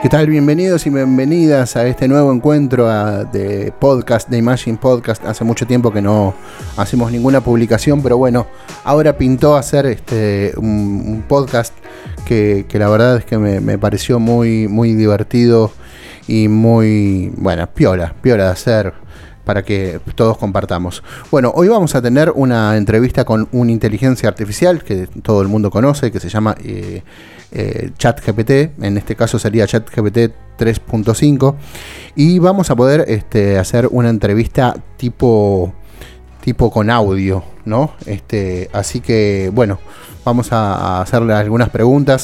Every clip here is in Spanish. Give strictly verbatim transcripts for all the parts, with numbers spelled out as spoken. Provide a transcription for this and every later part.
¿Qué tal? Bienvenidos y bienvenidas a este nuevo encuentro a, de podcast, de Imagine Podcast. Hace mucho tiempo que no hacemos ninguna publicación, pero bueno, ahora pintó hacer este, un, un podcast que, que la verdad es que me, me pareció muy, muy divertido y muy, bueno, piola, piola de hacer para que todos compartamos. Bueno, hoy vamos a tener una entrevista con una inteligencia artificial que todo el mundo conoce, que se llama eh, eh, ChatGPT. En este caso sería ChatGPT tres punto cinco. Y vamos a poder este, hacer una entrevista tipo, tipo con audio, ¿no? Este, así que, bueno, vamos a, a hacerle algunas preguntas.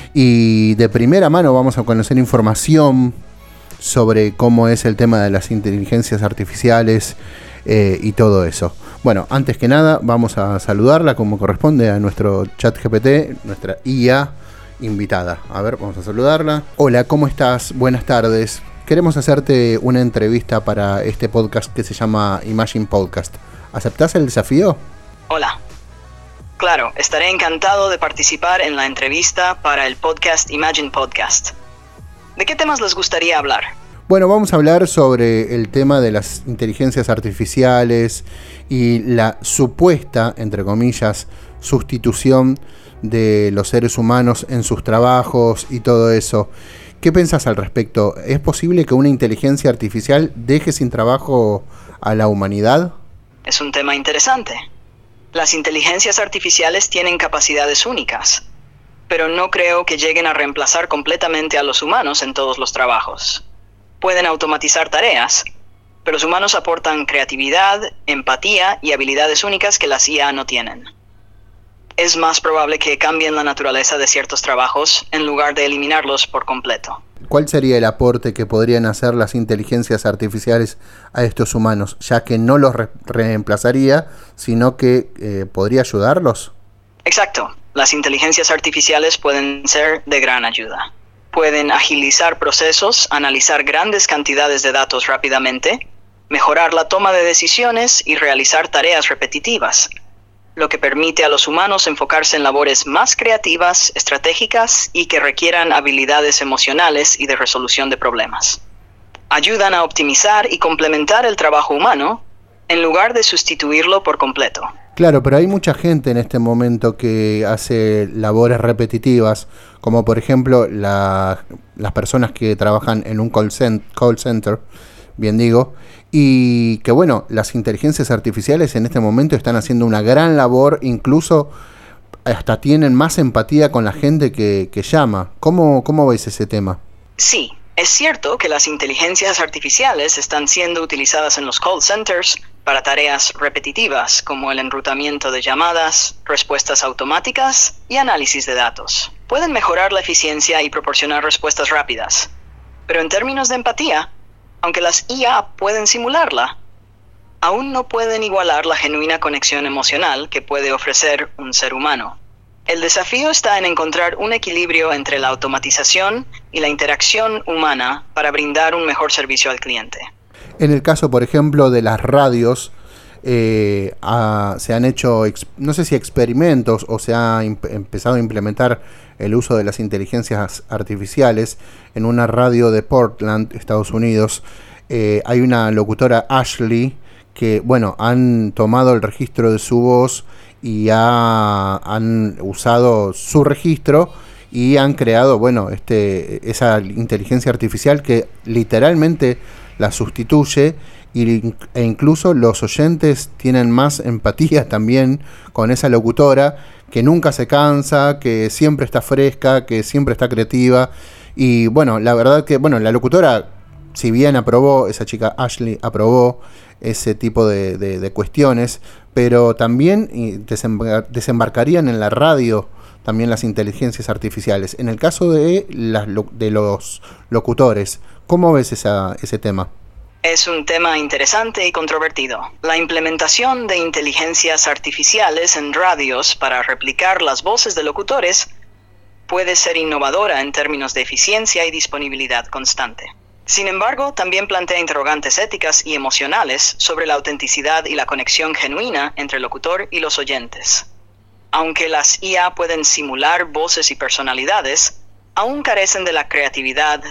Y de primera mano vamos a conocer información sobre cómo es el tema de las inteligencias artificiales eh, y todo eso. Bueno, antes que nada vamos a saludarla como corresponde a nuestro ChatGPT, nuestra I A invitada. A ver, vamos a saludarla. Hola, ¿cómo estás? Buenas tardes. Queremos hacerte una entrevista para este podcast que se llama Imagine Podcast. ¿Aceptás el desafío? Hola. Claro, estaré encantado de participar en la entrevista para el podcast Imagine Podcast. ¿De qué temas les gustaría hablar? Bueno, vamos a hablar sobre el tema de las inteligencias artificiales y la supuesta, entre comillas, sustitución de los seres humanos en sus trabajos y todo eso. ¿Qué pensás al respecto? ¿Es posible que una inteligencia artificial deje sin trabajo a la humanidad? Es un tema interesante. Las inteligencias artificiales tienen capacidades únicas, pero no creo que lleguen a reemplazar completamente a los humanos en todos los trabajos. Pueden automatizar tareas, pero los humanos aportan creatividad, empatía y habilidades únicas que las I A no tienen. Es más probable que cambien la naturaleza de ciertos trabajos en lugar de eliminarlos por completo. ¿Cuál sería el aporte que podrían hacer las inteligencias artificiales a estos humanos, ya que no los re- reemplazaría, sino que eh, podría ayudarlos? Exacto. Las inteligencias artificiales pueden ser de gran ayuda. Pueden agilizar procesos, analizar grandes cantidades de datos rápidamente, mejorar la toma de decisiones y realizar tareas repetitivas, lo que permite a los humanos enfocarse en labores más creativas, estratégicas y que requieran habilidades emocionales y de resolución de problemas. Ayudan a optimizar y complementar el trabajo humano en lugar de sustituirlo por completo. Claro, pero hay mucha gente en este momento que hace labores repetitivas, como por ejemplo la, las personas que trabajan en un call, cent, call center, bien digo, y que bueno, las inteligencias artificiales en este momento están haciendo una gran labor, incluso hasta tienen más empatía con la gente que, que llama. ¿Cómo, cómo ves ese tema? Sí, es cierto que las inteligencias artificiales están siendo utilizadas en los call centers para tareas repetitivas como el enrutamiento de llamadas, respuestas automáticas y análisis de datos. Pueden mejorar la eficiencia y proporcionar respuestas rápidas. Pero en términos de empatía, aunque las I A pueden simularla, aún no pueden igualar la genuina conexión emocional que puede ofrecer un ser humano. El desafío está en encontrar un equilibrio entre la automatización y la interacción humana para brindar un mejor servicio al cliente. En el caso, por ejemplo, de las radios, eh, a, se han hecho, ex, no sé si experimentos o se ha imp- empezado a implementar el uso de las inteligencias artificiales en una radio de Portland, Estados Unidos. Eh, hay una locutora, Ashley, que, bueno, han tomado el registro de su voz y ha, han usado su registro y han creado, bueno, este, esa inteligencia artificial que literalmente la sustituye y, e incluso los oyentes tienen más empatía también con esa locutora que nunca se cansa, que siempre está fresca, que siempre está creativa. Y bueno, la verdad que, bueno, la locutora, si bien aprobó, esa chica Ashley aprobó ese tipo de, de, de cuestiones, pero también desembar- desembarcarían en la radio también las inteligencias artificiales. En el caso de, las, de los locutores, ¿cómo ves esa, ese tema? Es un tema interesante y controvertido. La implementación de inteligencias artificiales en radios para replicar las voces de locutores puede ser innovadora en términos de eficiencia y disponibilidad constante. Sin embargo, también plantea interrogantes éticas y emocionales sobre la autenticidad y la conexión genuina entre el locutor y los oyentes. Aunque las I A pueden simular voces y personalidades, aún carecen de la creatividad,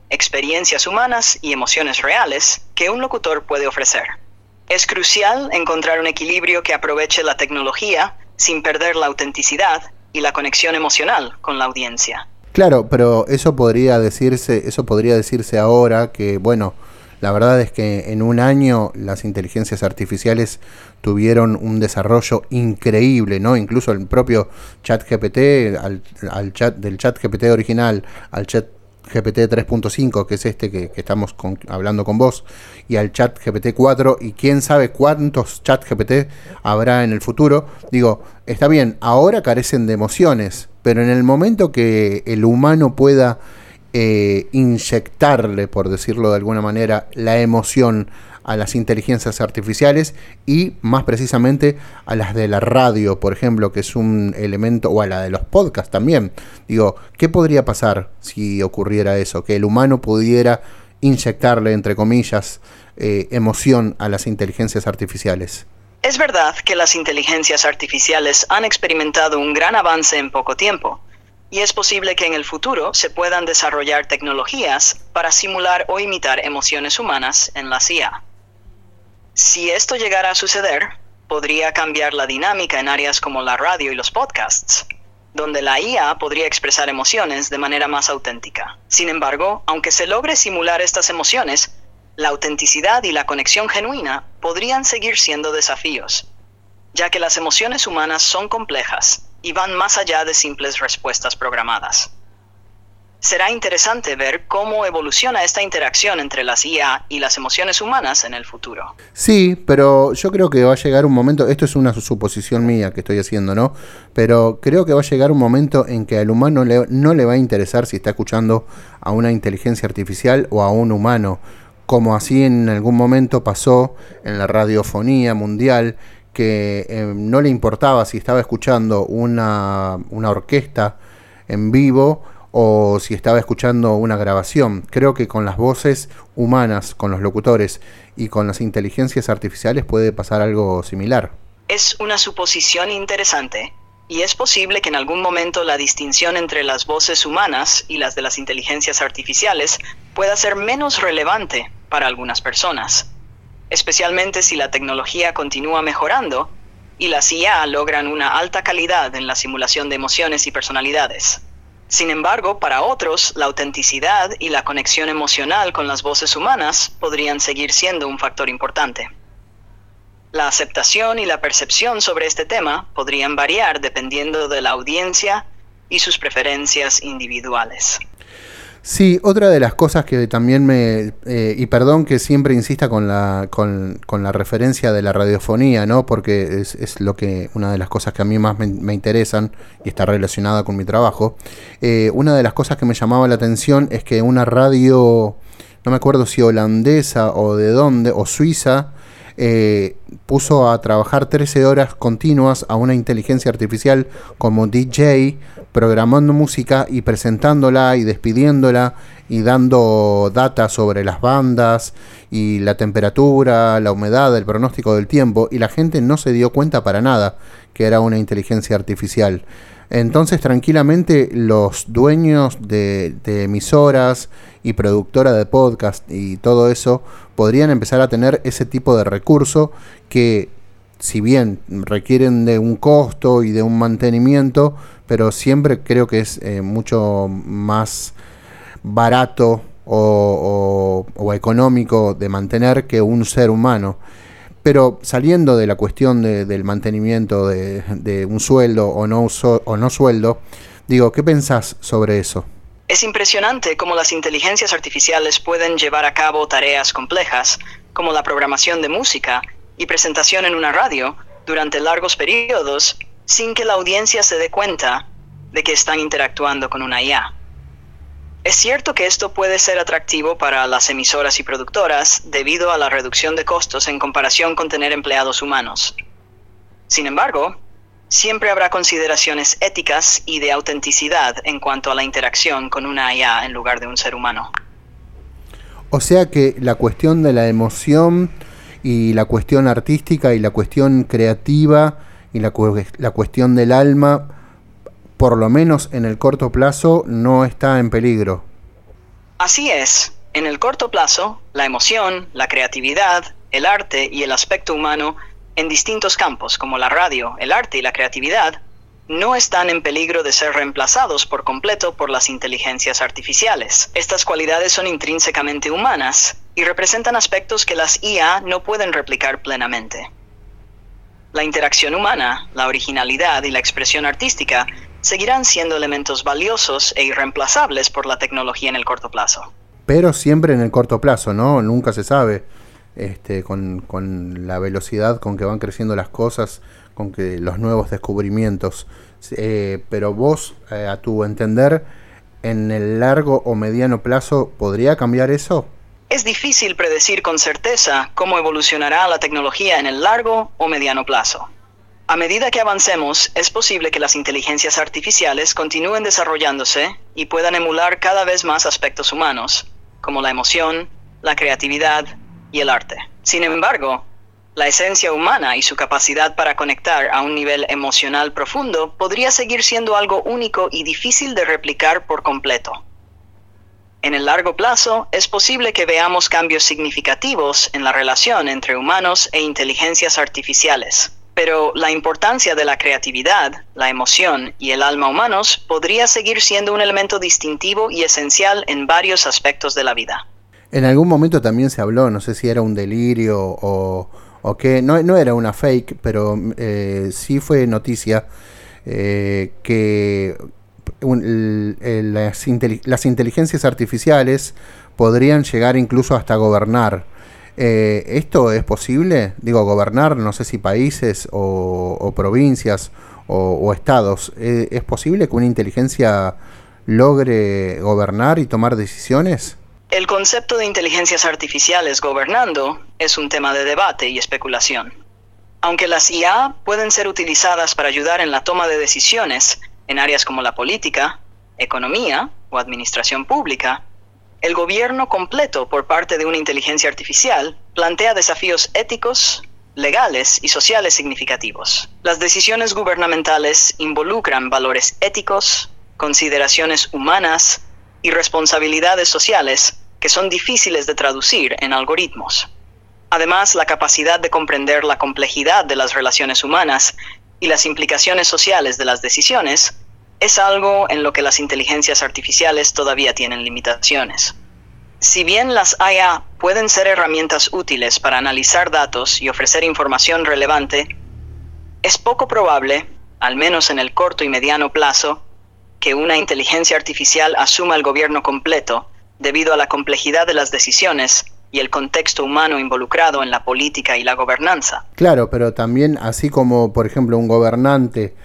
experiencias humanas y emociones reales que un locutor puede ofrecer. Es crucial encontrar un equilibrio que aproveche la tecnología sin perder la autenticidad y la conexión emocional con la audiencia. Claro, pero eso podría decirse, eso podría decirse ahora que, bueno, la verdad es que en un año las inteligencias artificiales tuvieron un desarrollo increíble, ¿no? Incluso el propio ChatGPT, al, al chat del ChatGPT original, al ChatGPT tres punto cinco, que es este que, que estamos con, hablando con vos, y al ChatGPT cuatro, y quién sabe cuántos ChatGPT habrá en el futuro. Digo, está bien, ahora carecen de emociones, pero en el momento que el humano pueda Eh, inyectarle, por decirlo de alguna manera, la emoción a las inteligencias artificiales y más precisamente a las de la radio, por ejemplo, que es un elemento, o a la de los podcasts también. Digo, ¿qué podría pasar si ocurriera eso? Que el humano pudiera inyectarle, entre comillas, eh, emoción a las inteligencias artificiales. Es verdad que las inteligencias artificiales han experimentado un gran avance en poco tiempo. Y es posible que en el futuro se puedan desarrollar tecnologías para simular o imitar emociones humanas en la I A. Si esto llegara a suceder, podría cambiar la dinámica en áreas como la radio y los podcasts, donde la I A podría expresar emociones de manera más auténtica. Sin embargo, aunque se logre simular estas emociones, la autenticidad y la conexión genuina podrían seguir siendo desafíos, ya que las emociones humanas son complejas y van más allá de simples respuestas programadas. Será interesante ver cómo evoluciona esta interacción entre las I A y las emociones humanas en el futuro. Sí, pero yo creo que va a llegar un momento, esto es una suposición mía que estoy haciendo, ¿no? Pero creo que va a llegar un momento en que al humano le, no le va a interesar si está escuchando a una inteligencia artificial o a un humano, como así en algún momento pasó en la radiofonía mundial, que eh, no le importaba si estaba escuchando una, una orquesta en vivo o si estaba escuchando una grabación. Creo que con las voces humanas, con los locutores y con las inteligencias artificiales puede pasar algo similar. Es una suposición interesante, y es posible que en algún momento la distinción entre las voces humanas y las de las inteligencias artificiales pueda ser menos relevante para algunas personas, especialmente si la tecnología continúa mejorando y las I A logran una alta calidad en la simulación de emociones y personalidades. Sin embargo, para otros, la autenticidad y la conexión emocional con las voces humanas podrían seguir siendo un factor importante. La aceptación y la percepción sobre este tema podrían variar dependiendo de la audiencia y sus preferencias individuales. Sí, otra de las cosas que también me... Eh, y perdón que siempre insista con la, con, con la referencia de la radiofonía, ¿no? Porque es, es lo que una de las cosas que a mí más me, me interesan y está relacionada con mi trabajo. Eh, una de las cosas que me llamaba la atención es que una radio, no me acuerdo si holandesa o de dónde, o suiza, eh, puso a trabajar trece horas continuas a una inteligencia artificial como D J, programando música y presentándola y despidiéndola y dando data sobre las bandas y la temperatura, la humedad, el pronóstico del tiempo, y la gente no se dio cuenta para nada que era una inteligencia artificial. Entonces tranquilamente los dueños de, de emisoras y productora de podcast y todo eso podrían empezar a tener ese tipo de recurso que, si bien requieren de un costo y de un mantenimiento, pero siempre creo que es eh, mucho más barato o, o, o económico de mantener que un ser humano. Pero saliendo de la cuestión de, del mantenimiento de, de un sueldo o no, so, o no sueldo, digo, ¿qué pensás sobre eso? Es impresionante cómo las inteligencias artificiales pueden llevar a cabo tareas complejas, como la programación de música y presentación en una radio, durante largos periodos, sin que la audiencia se dé cuenta de que están interactuando con una I A. Es cierto que esto puede ser atractivo para las emisoras y productoras debido a la reducción de costos en comparación con tener empleados humanos. Sin embargo, siempre habrá consideraciones éticas y de autenticidad en cuanto a la interacción con una I A en lugar de un ser humano. O sea que la cuestión de la emoción y la cuestión artística y la cuestión creativa y la, cu- la cuestión del alma, por lo menos en el corto plazo, no está en peligro. Así es, en el corto plazo, la emoción, la creatividad, el arte y el aspecto humano en distintos campos como la radio, el arte y la creatividad, no están en peligro de ser reemplazados por completo por las inteligencias artificiales. Estas cualidades son intrínsecamente humanas y representan aspectos que las I A no pueden replicar plenamente. La interacción humana, la originalidad y la expresión artística seguirán siendo elementos valiosos e irreemplazables por la tecnología en el corto plazo. Pero siempre en el corto plazo, ¿no? Nunca se sabe, este, con, con la velocidad con que van creciendo las cosas, con que los nuevos descubrimientos. Eh, pero vos, eh, a tu entender, ¿en el largo o mediano plazo podría cambiar eso? Es difícil predecir con certeza cómo evolucionará la tecnología en el largo o mediano plazo. A medida que avancemos, es posible que las inteligencias artificiales continúen desarrollándose y puedan emular cada vez más aspectos humanos, como la emoción, la creatividad y el arte. Sin embargo, la esencia humana y su capacidad para conectar a un nivel emocional profundo podría seguir siendo algo único y difícil de replicar por completo. En el largo plazo, es posible que veamos cambios significativos en la relación entre humanos e inteligencias artificiales. Pero la importancia de la creatividad, la emoción y el alma humanos podría seguir siendo un elemento distintivo y esencial en varios aspectos de la vida. En algún momento también se habló, no sé si era un delirio o, o qué, no, no era una fake, pero eh, sí fue noticia eh, que un, el, las, intel, las inteligencias artificiales podrían llegar incluso hasta gobernar. Eh, ¿Esto es posible? Digo, gobernar, no sé si países o, o provincias o, o estados. ¿Eh, ¿Es posible que una inteligencia logre gobernar y tomar decisiones? El concepto de inteligencias artificiales gobernando es un tema de debate y especulación. Aunque las I A pueden ser utilizadas para ayudar en la toma de decisiones en áreas como la política, economía o administración pública, el gobierno completo por parte de una inteligencia artificial plantea desafíos éticos, legales y sociales significativos. Las decisiones gubernamentales involucran valores éticos, consideraciones humanas y responsabilidades sociales que son difíciles de traducir en algoritmos. Además, la capacidad de comprender la complejidad de las relaciones humanas y las implicaciones sociales de las decisiones es algo en lo que las inteligencias artificiales todavía tienen limitaciones. Si bien las I A pueden ser herramientas útiles para analizar datos y ofrecer información relevante, es poco probable, al menos en el corto y mediano plazo, que una inteligencia artificial asuma el gobierno completo debido a la complejidad de las decisiones y el contexto humano involucrado en la política y la gobernanza. Claro, pero también, así como, por ejemplo, un gobernante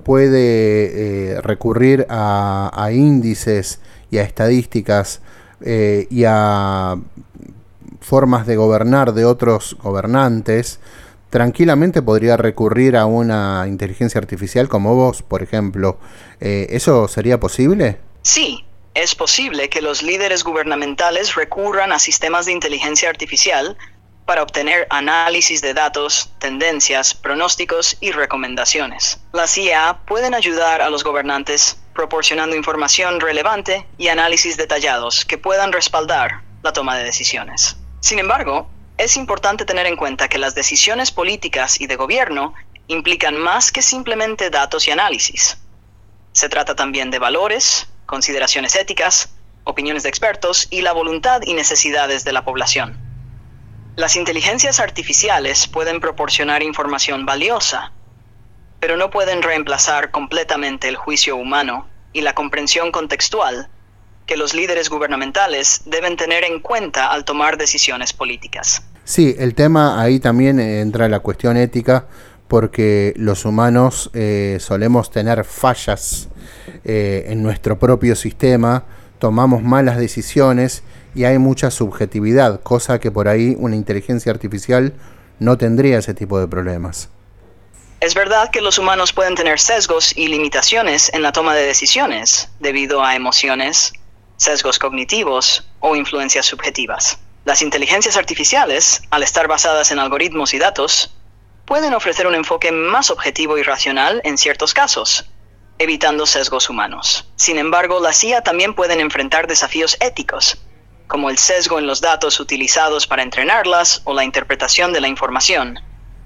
puede eh, recurrir a, a índices y a estadísticas eh, y a formas de gobernar de otros gobernantes, tranquilamente podría recurrir a una inteligencia artificial como vos, por ejemplo. Eh, ¿Eso sería posible? Sí, es posible que los líderes gubernamentales recurran a sistemas de inteligencia artificial para obtener análisis de datos, tendencias, pronósticos y recomendaciones. Las I A pueden ayudar a los gobernantes proporcionando información relevante y análisis detallados que puedan respaldar la toma de decisiones. Sin embargo, es importante tener en cuenta que las decisiones políticas y de gobierno implican más que simplemente datos y análisis. Se trata también de valores, consideraciones éticas, opiniones de expertos y la voluntad y necesidades de la población. Las inteligencias artificiales pueden proporcionar información valiosa, pero no pueden reemplazar completamente el juicio humano y la comprensión contextual que los líderes gubernamentales deben tener en cuenta al tomar decisiones políticas. Sí, el tema ahí también entra la cuestión ética, porque los humanos eh, solemos tener fallas eh, en nuestro propio sistema, tomamos malas decisiones y hay mucha subjetividad, cosa que por ahí una inteligencia artificial no tendría ese tipo de problemas. Es verdad que los humanos pueden tener sesgos y limitaciones en la toma de decisiones debido a emociones, sesgos cognitivos o influencias subjetivas. Las inteligencias artificiales, al estar basadas en algoritmos y datos, pueden ofrecer un enfoque más objetivo y racional en ciertos casos, evitando sesgos humanos. Sin embargo, las I A también pueden enfrentar desafíos éticos como el sesgo en los datos utilizados para entrenarlas o la interpretación de la información.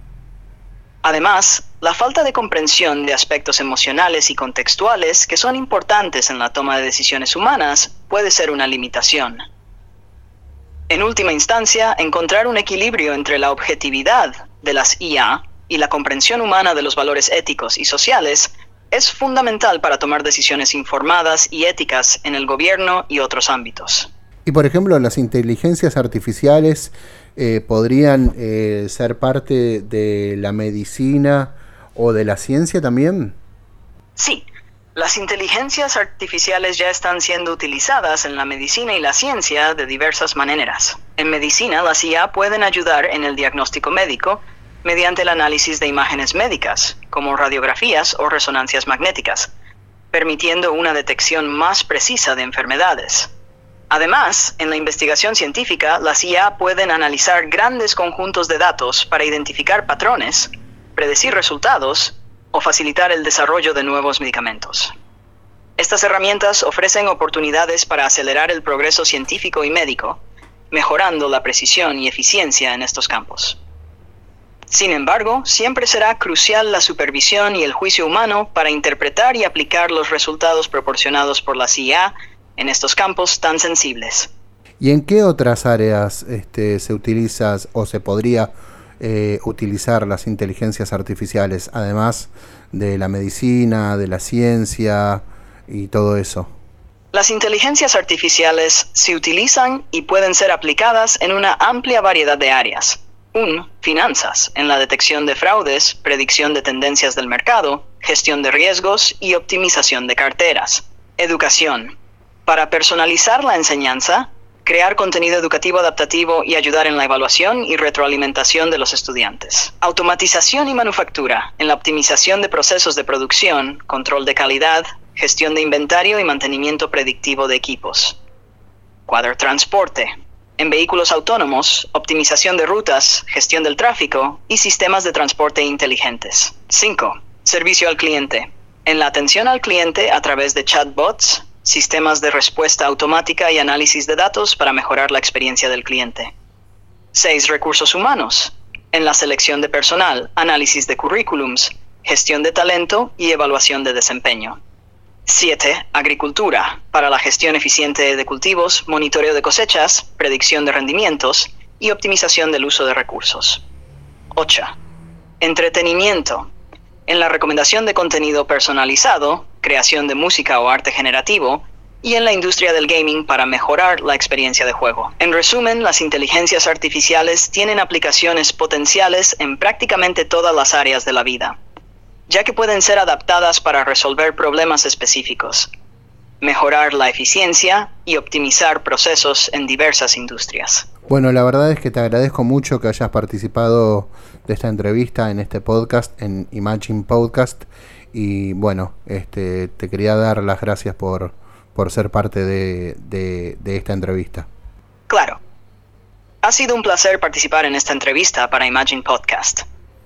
Además, la falta de comprensión de aspectos emocionales y contextuales que son importantes en la toma de decisiones humanas puede ser una limitación. En última instancia, encontrar un equilibrio entre la objetividad de las I A y la comprensión humana de los valores éticos y sociales es fundamental para tomar decisiones informadas y éticas en el gobierno y otros ámbitos. Y por ejemplo, las inteligencias artificiales eh, podrían eh, ser parte de la medicina o de la ciencia también. Sí, las inteligencias artificiales ya están siendo utilizadas en la medicina y la ciencia de diversas maneras. En medicina, las I A pueden ayudar en el diagnóstico médico mediante el análisis de imágenes médicas, como radiografías o resonancias magnéticas, permitiendo una detección más precisa de enfermedades. Además, en la investigación científica, las I A pueden analizar grandes conjuntos de datos para identificar patrones, predecir resultados o facilitar el desarrollo de nuevos medicamentos. Estas herramientas ofrecen oportunidades para acelerar el progreso científico y médico, mejorando la precisión y eficiencia en estos campos. Sin embargo, siempre será crucial la supervisión y el juicio humano para interpretar y aplicar los resultados proporcionados por las I A en estos campos tan sensibles. ¿Y en qué otras áreas este, se utiliza o se podría eh, utilizar las inteligencias artificiales, además de la medicina, de la ciencia y todo eso? Las inteligencias artificiales se utilizan y pueden ser aplicadas en una amplia variedad de áreas. uno. Finanzas, en la detección de fraudes, predicción de tendencias del mercado, gestión de riesgos y optimización de carteras. Educación, para personalizar la enseñanza, crear contenido educativo adaptativo y ayudar en la evaluación y retroalimentación de los estudiantes. Automatización y manufactura, en la optimización de procesos de producción, control de calidad, gestión de inventario y mantenimiento predictivo de equipos. Cuadrotransporte, en vehículos autónomos, optimización de rutas, gestión del tráfico y sistemas de transporte inteligentes. cinco. Servicio al cliente, en la atención al cliente a través de chatbots, sistemas de respuesta automática y análisis de datos para mejorar la experiencia del cliente. seis. Recursos humanos, en la selección de personal, análisis de currículums, gestión de talento y evaluación de desempeño. siete. Agricultura, para la gestión eficiente de cultivos, monitoreo de cosechas, predicción de rendimientos y optimización del uso de recursos. ocho. Entretenimiento, en la recomendación de contenido personalizado, creación de música o arte generativo, y en la industria del gaming para mejorar la experiencia de juego. En resumen, las inteligencias artificiales tienen aplicaciones potenciales en prácticamente todas las áreas de la vida, ya que pueden ser adaptadas para resolver problemas específicos, mejorar la eficiencia y optimizar procesos en diversas industrias. Bueno, la verdad es que te agradezco mucho que hayas participado de esta entrevista en este podcast, en Imagine Podcast, y bueno, este, te quería dar las gracias por, por ser parte de, de, de esta entrevista. Claro. Ha sido un placer participar en esta entrevista para Imagine Podcast.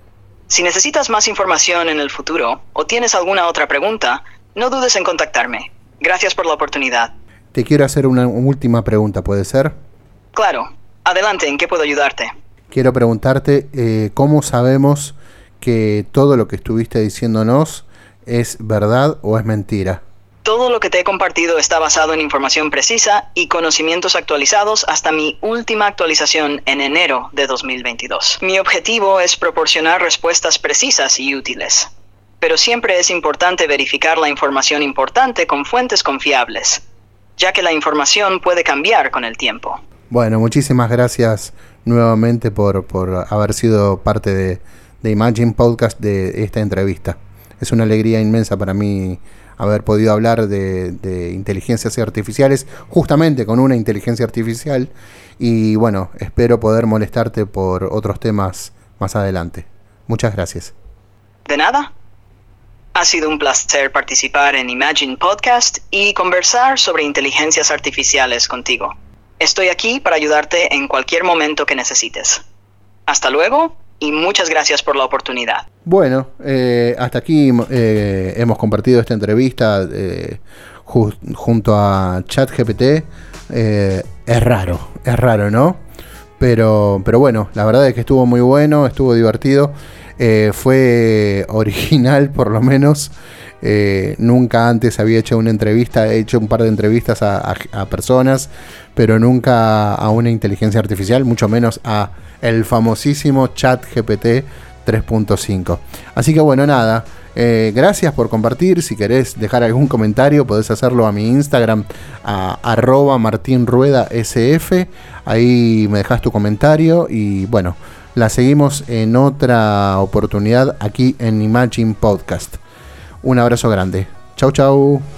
Si necesitas más información en el futuro o tienes alguna otra pregunta, no dudes en contactarme. Gracias por la oportunidad. Te quiero hacer una última pregunta, ¿puede ser? Claro. Adelante, ¿en qué puedo ayudarte? Quiero preguntarte eh, cómo sabemos que todo lo que estuviste diciéndonos es verdad o es mentira. Todo lo que te he compartido está basado en información precisa y conocimientos actualizados hasta mi última actualización en enero de dos mil veintidós. Mi objetivo es proporcionar respuestas precisas y útiles, pero siempre es importante verificar la información importante con fuentes confiables, ya que la información puede cambiar con el tiempo. Bueno, muchísimas gracias nuevamente por, por haber sido parte de, de Imagine Podcast de esta entrevista. Es una alegría inmensa para mí haber podido hablar de, de inteligencias artificiales, justamente con una inteligencia artificial, y bueno, espero poder molestarte por otros temas más adelante. Muchas gracias. De nada. Ha sido un placer participar en Imagine Podcast y conversar sobre inteligencias artificiales contigo. Estoy aquí para ayudarte en cualquier momento que necesites. Hasta luego y muchas gracias por la oportunidad. Bueno, eh, hasta aquí eh, hemos compartido esta entrevista eh, ju- junto a ChatGPT. Eh, es raro, es raro, ¿no? Pero, pero bueno, la verdad es que estuvo muy bueno, estuvo divertido. Eh, fue original, por lo menos. Eh, nunca antes había hecho una entrevista, he hecho un par de entrevistas a, a, a personas, pero nunca a una inteligencia artificial, mucho menos a el famosísimo ChatGPT tres punto cinco. Así que bueno, nada, eh, gracias por compartir. Si querés dejar algún comentario, podés hacerlo a mi Instagram, a arroba martinruedasf. Ahí me dejás tu comentario y bueno, la seguimos en otra oportunidad aquí en Imagine Podcast. Un abrazo grande. Chau, chau.